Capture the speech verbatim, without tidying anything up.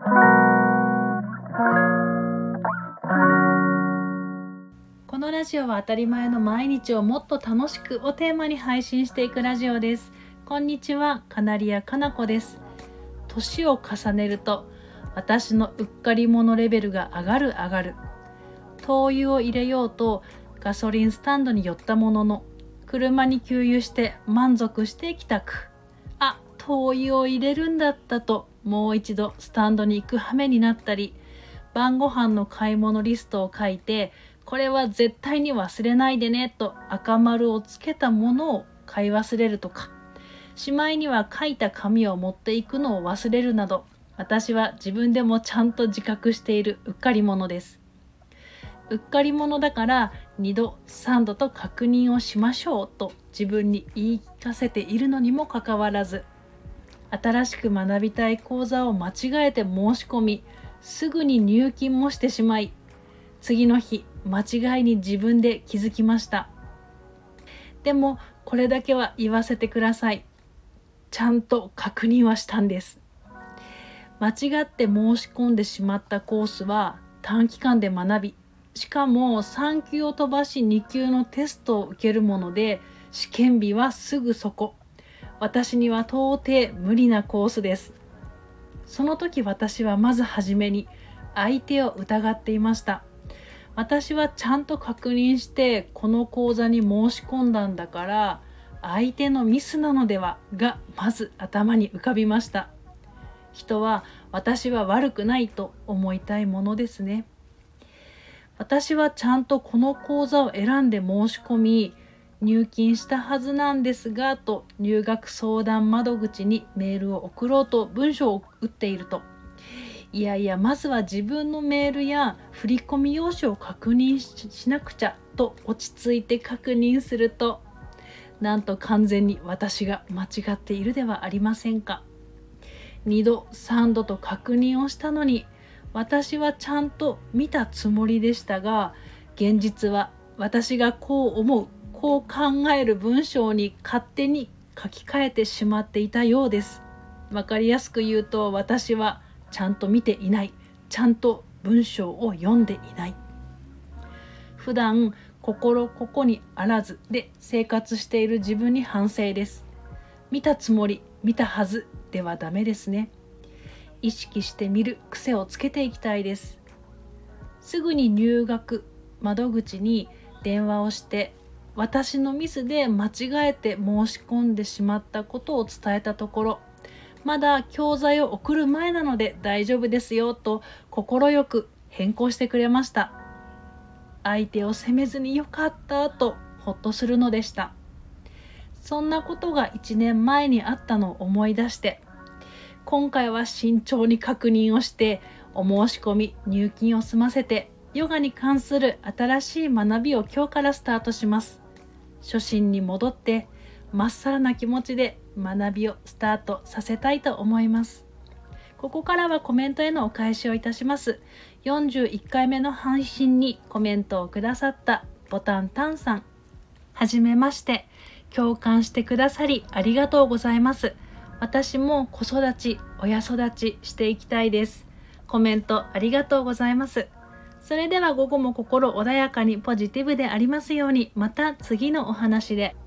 このラジオは当たり前の毎日をもっと楽しくをテーマに配信していくラジオです。こんにちは、カナリアかなこです。年を重ねると私のうっかり者レベルが上がる上がる。灯油を入れようとガソリンスタンドに寄ったものの、車に給油して満足して帰宅。あ、灯油を入れるんだったともう一度スタンドに行く羽目になったり、晩ご飯の買い物リストを書いて、これは絶対に忘れないでねと赤丸をつけたものを買い忘れるとか、しまいには書いた紙を持っていくのを忘れるなど、私は自分でもちゃんと自覚しているうっかり者です。うっかり者だからにどさんどと確認をしましょうと自分に言い聞かせているのにもかかわらず、新しく学びたい講座を間違えて申し込み、すぐに入金もしてしまい、次の日間違いに自分で気づきました。でもこれだけは言わせてください。ちゃんと確認はしたんです。間違って申し込んでしまったコースは短期間で学び、しかもさん級を飛ばしに級のテストを受けるもので、試験日はすぐそこ。私には到底無理なコースです。その時私はまずはじめに相手を疑っていました。私はちゃんと確認してこの講座に申し込んだんだから、相手のミスなのではがまず頭に浮かびました。人は私は悪くないと思いたいものですね。私はちゃんとこの講座を選んで申し込み入金したはずなんですがと入学相談窓口にメールを送ろうと文章を打っていると、いやいやまずは自分のメールや振込用紙を確認 し, しなくちゃと落ち着いて確認すると、なんと完全に私が間違っているではありませんか。にどさんどと確認をしたのに、私はちゃんと見たつもりでしたが、現実は私がこう思う、こう考える文章に勝手に書き換えてしまっていたようです。わかりやすく言うと、私はちゃんと見ていない、ちゃんと文章を読んでいない。普段心ここにあらずで生活している自分に反省です。見たつもり、見たはずではダメですね。意識して見る癖をつけていきたいです。すぐに入学窓口に電話をして、私のミスで間違えて申し込んでしまったことを伝えたところ、まだ教材を送る前なので大丈夫ですよと快く変更してくれました。相手を責めずによかったとほっとするのでした。そんなことがいちねんまえにあったのを思い出して、今回は慎重に確認をしてお申し込み入金を済ませて、ヨガに関する新しい学びを今日からスタートします。初心に戻ってまっさらな気持ちで学びをスタートさせたいと思います。ここからはコメントへのお返しをいたします。よんじゅういっかいめの配信にコメントをくださったボタンタンさん、はじめまして。共感してくださりありがとうございます。私も子育ち、親育ちしていきたいです。コメントありがとうございます。それでは午後も心穏やかにポジティブでありますように。また次のお話で。